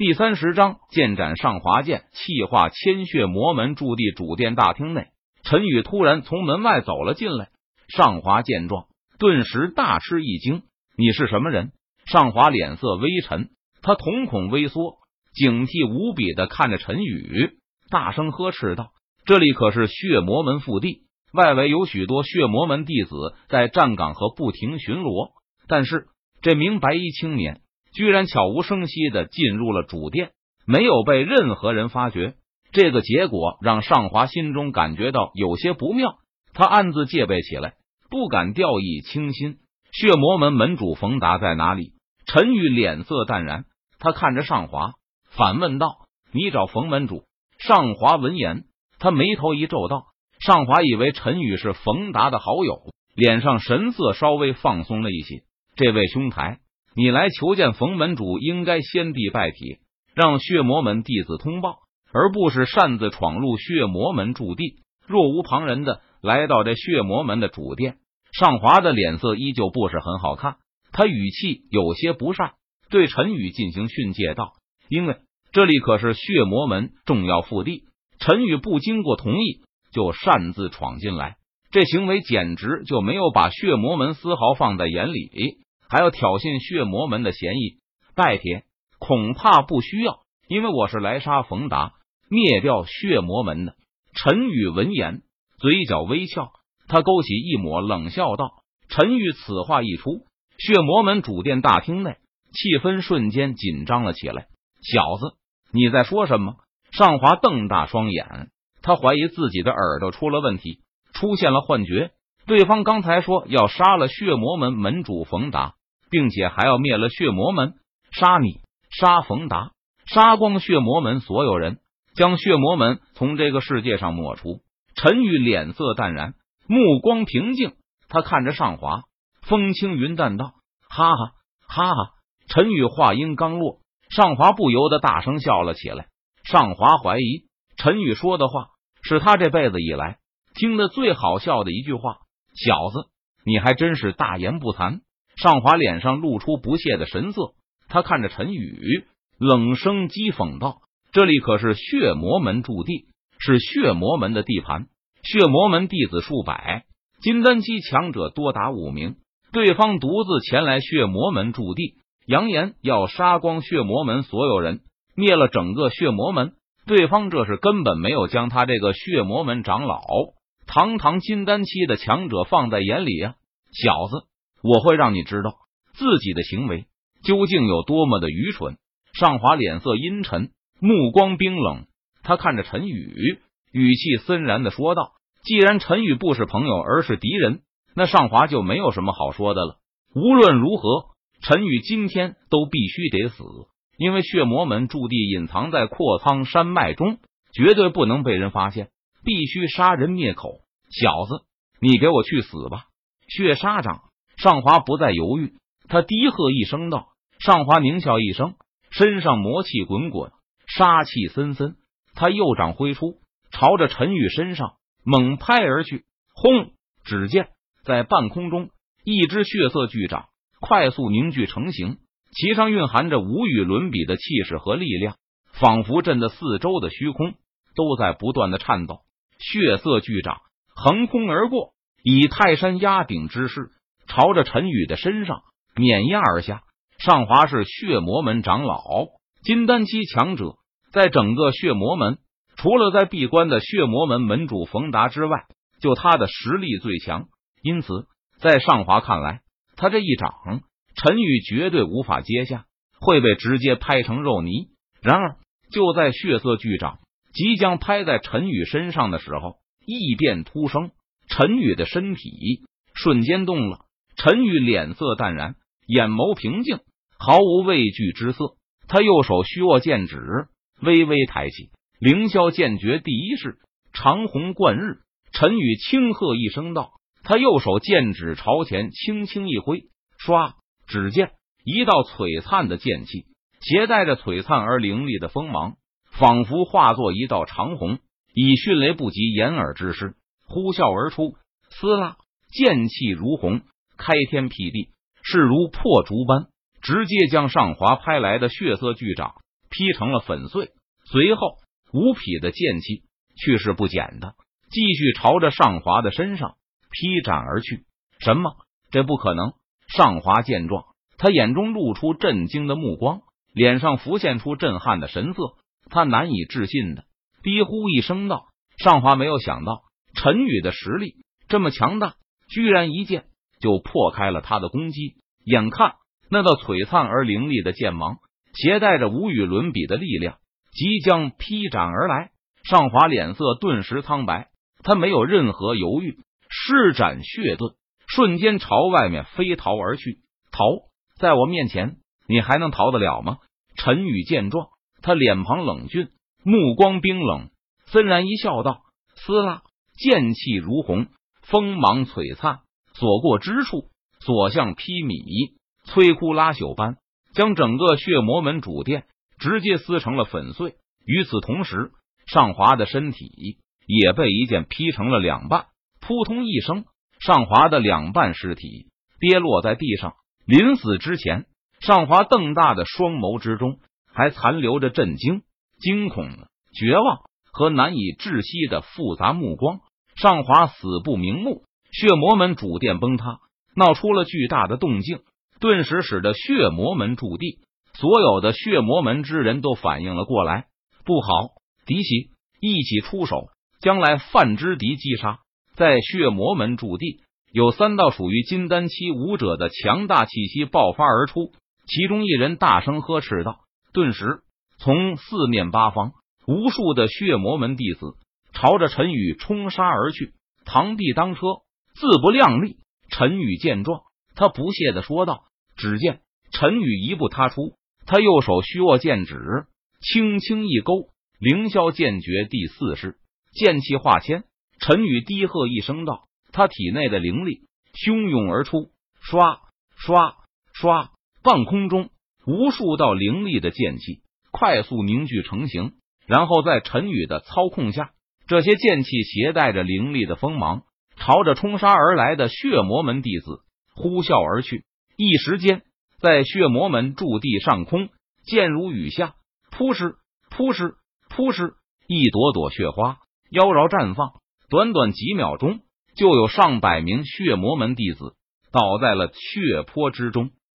第30章剑斩上华剑。气化千血魔门驻地主殿大厅内，陈宇突然从门外走了进来。上华见状，顿时大吃一惊：“你是什么人？”上华脸色微沉，他瞳孔微缩，警惕无比的看着陈宇，大声呵斥道：“这里可是血魔门腹地，外围有许多血魔门弟子在站岗和不停巡逻，但是这名白衣青年居然悄无声息的进入了主殿，没有被任何人发觉。这个结果让上华心中感觉到有些不妙，他暗自戒备起来，不敢掉以轻心。血魔门门主冯达在哪里？”陈宇脸色淡然，他看着上华反问道：“你找冯门主？”上华闻言，他眉头一皱道：“上华以为陈宇是冯达的好友，脸上神色稍微放松了一些。这位兄台，你来求见冯门主，应该先帝拜帖，让血魔门弟子通报，而不是擅自闯入血魔门驻地，若无旁人的来到这血魔门的主殿。”上华的脸色依旧不是很好看，他语气有些不善，对陈宇进行训诫道：“因为这里可是血魔门重要腹地，陈宇不经过同意就擅自闯进来，这行为简直就没有把血魔门丝毫放在眼里，还有挑衅血魔门的嫌疑。拜帖恐怕不需要，因为我是来杀冯达，灭掉血魔门的。”陈宇闻言，嘴角微翘，他勾起一抹冷笑道：“陈宇此话一出，血魔门主殿大厅内气氛瞬间紧张了起来。小子，你在说什么？”上华瞪大双眼，他怀疑自己的耳朵出了问题，出现了幻觉。对方刚才说要杀了血魔门门主冯达，并且还要灭了血魔门，杀你，杀冯达，杀光血魔门所有人，将血魔门从这个世界上抹除。陈宇脸色淡然，目光平静，他看着上华，风轻云淡道：“哈哈哈哈。”陈宇话音刚落，上华不由得大声笑了起来。上华怀疑陈宇说的话是他这辈子以来听得最好笑的一句话。小子，你还真是大言不惭。上华脸上露出不屑的神色，他看着陈宇，冷声讥讽道：“这里可是血魔门驻地，是血魔门的地盘，血魔门弟子数百，金丹期强者多达5名，对方独自前来血魔门驻地，扬言要杀光血魔门所有人，灭了整个血魔门。对方这是根本没有将他这个血魔门长老堂堂金丹期的强者放在眼里啊！小子，我会让你知道自己的行为究竟有多么的愚蠢。”上华脸色阴沉，目光冰冷，他看着陈宇，语气森然的说道：“既然陈宇不是朋友而是敌人，那上华就没有什么好说的了。无论如何，陈宇今天都必须得死，因为血魔门驻地隐藏在阔苍山脉中，绝对不能被人发现，必须杀人灭口。小子，你给我去死吧！”血杀掌。上华不再犹豫，他低喝一声道。上华狞笑一声，身上魔气滚滚，杀气森森，他右掌挥出，朝着陈宇身上猛拍而去。轰！只见在半空中，一只血色巨掌快速凝聚成型，其上蕴含着无与伦比的气势和力量，仿佛震得四周的虚空都在不断的颤抖。血色巨掌横空而过，以泰山压顶之势朝着陈宇的身上碾压而下。上华是血魔门长老，金丹期强者，在整个血魔门，除了在闭关的血魔门门主冯达之外，就他的实力最强。因此在上华看来，他这一掌陈宇绝对无法接下，会被直接拍成肉泥。然而就在血色巨掌即将拍在陈宇身上的时候，异变突生，陈宇的身体瞬间动了。陈宇脸色淡然，眼眸平静，毫无畏惧之色。他右手虚握剑指，微微抬起，凌霄剑诀第一式长虹贯日。陈宇轻喝一声道，他右手剑指朝前轻轻一挥，唰，只见一道璀璨的剑气携带着璀璨而凌厉的锋芒，仿佛化作一道长虹，以迅雷不及掩耳之势呼啸而出。撕拉，剑气如虹，开天辟地，势如破竹般直接将上华拍来的血色巨掌劈成了粉碎。随后无匹的剑气去势不减的继续朝着上华的身上劈斩而去。什么？这不可能！上华见状，他眼中露出震惊的目光，脸上浮现出震撼的神色。他难以置信的低呼一声道：“上华没有想到陈宇的实力这么强大，居然一剑就破开了他的攻击。眼看那道璀璨而凌厉的剑芒携带着无与伦比的力量即将劈斩而来，上华脸色顿时苍白，他没有任何犹豫，施展血遁，瞬间朝外面飞逃而去。逃！在我面前，你还能逃得了吗？陈宇见状，他脸庞冷峻，目光冰冷，森然一笑道：“撕拉！”剑气如虹，锋芒璀璨，所过之处，所向披靡，摧枯拉朽般将整个血魔门主殿直接撕成了粉碎。与此同时，上华的身体也被一剑劈成了两半，扑通一声，上华的两半尸体跌落在地上。临死之前，上华瞪大的双眸之中还残留着震惊、惊恐、绝望和难以置信的复杂目光。上华死不瞑目，血魔门主殿崩塌，闹出了巨大的动静，顿时使得血魔门驻地所有的血魔门之人都反应了过来。不好，敌袭！一起出手，将来范之敌击杀。在血魔门驻地，有三道属于金丹期武者的强大气息爆发而出，其中一人大声呵斥道。顿时，从四面八方，无数的血魔门弟子朝着陈宇冲杀而去。螳臂当车，自不量力。陈宇见状，他不屑地说道。只见陈宇一步踏出，他右手虚握剑指，轻轻一勾，凌霄剑诀第四式，剑气化千。陈宇低喝一声道，他体内的灵力汹涌而出，刷刷刷，半空中无数道凌厉的剑气快速凝聚成型，然后在陈宇的操控下，这些剑气携带着凌厉的锋芒，朝着冲杀而来的血魔门弟子呼啸而去。一时间，在血魔门驻地上空，剑如雨下，扑哧扑哧扑哧，一朵朵血花妖娆绽放。短短几秒钟，就有上百名血魔门弟子倒在了血泊之中。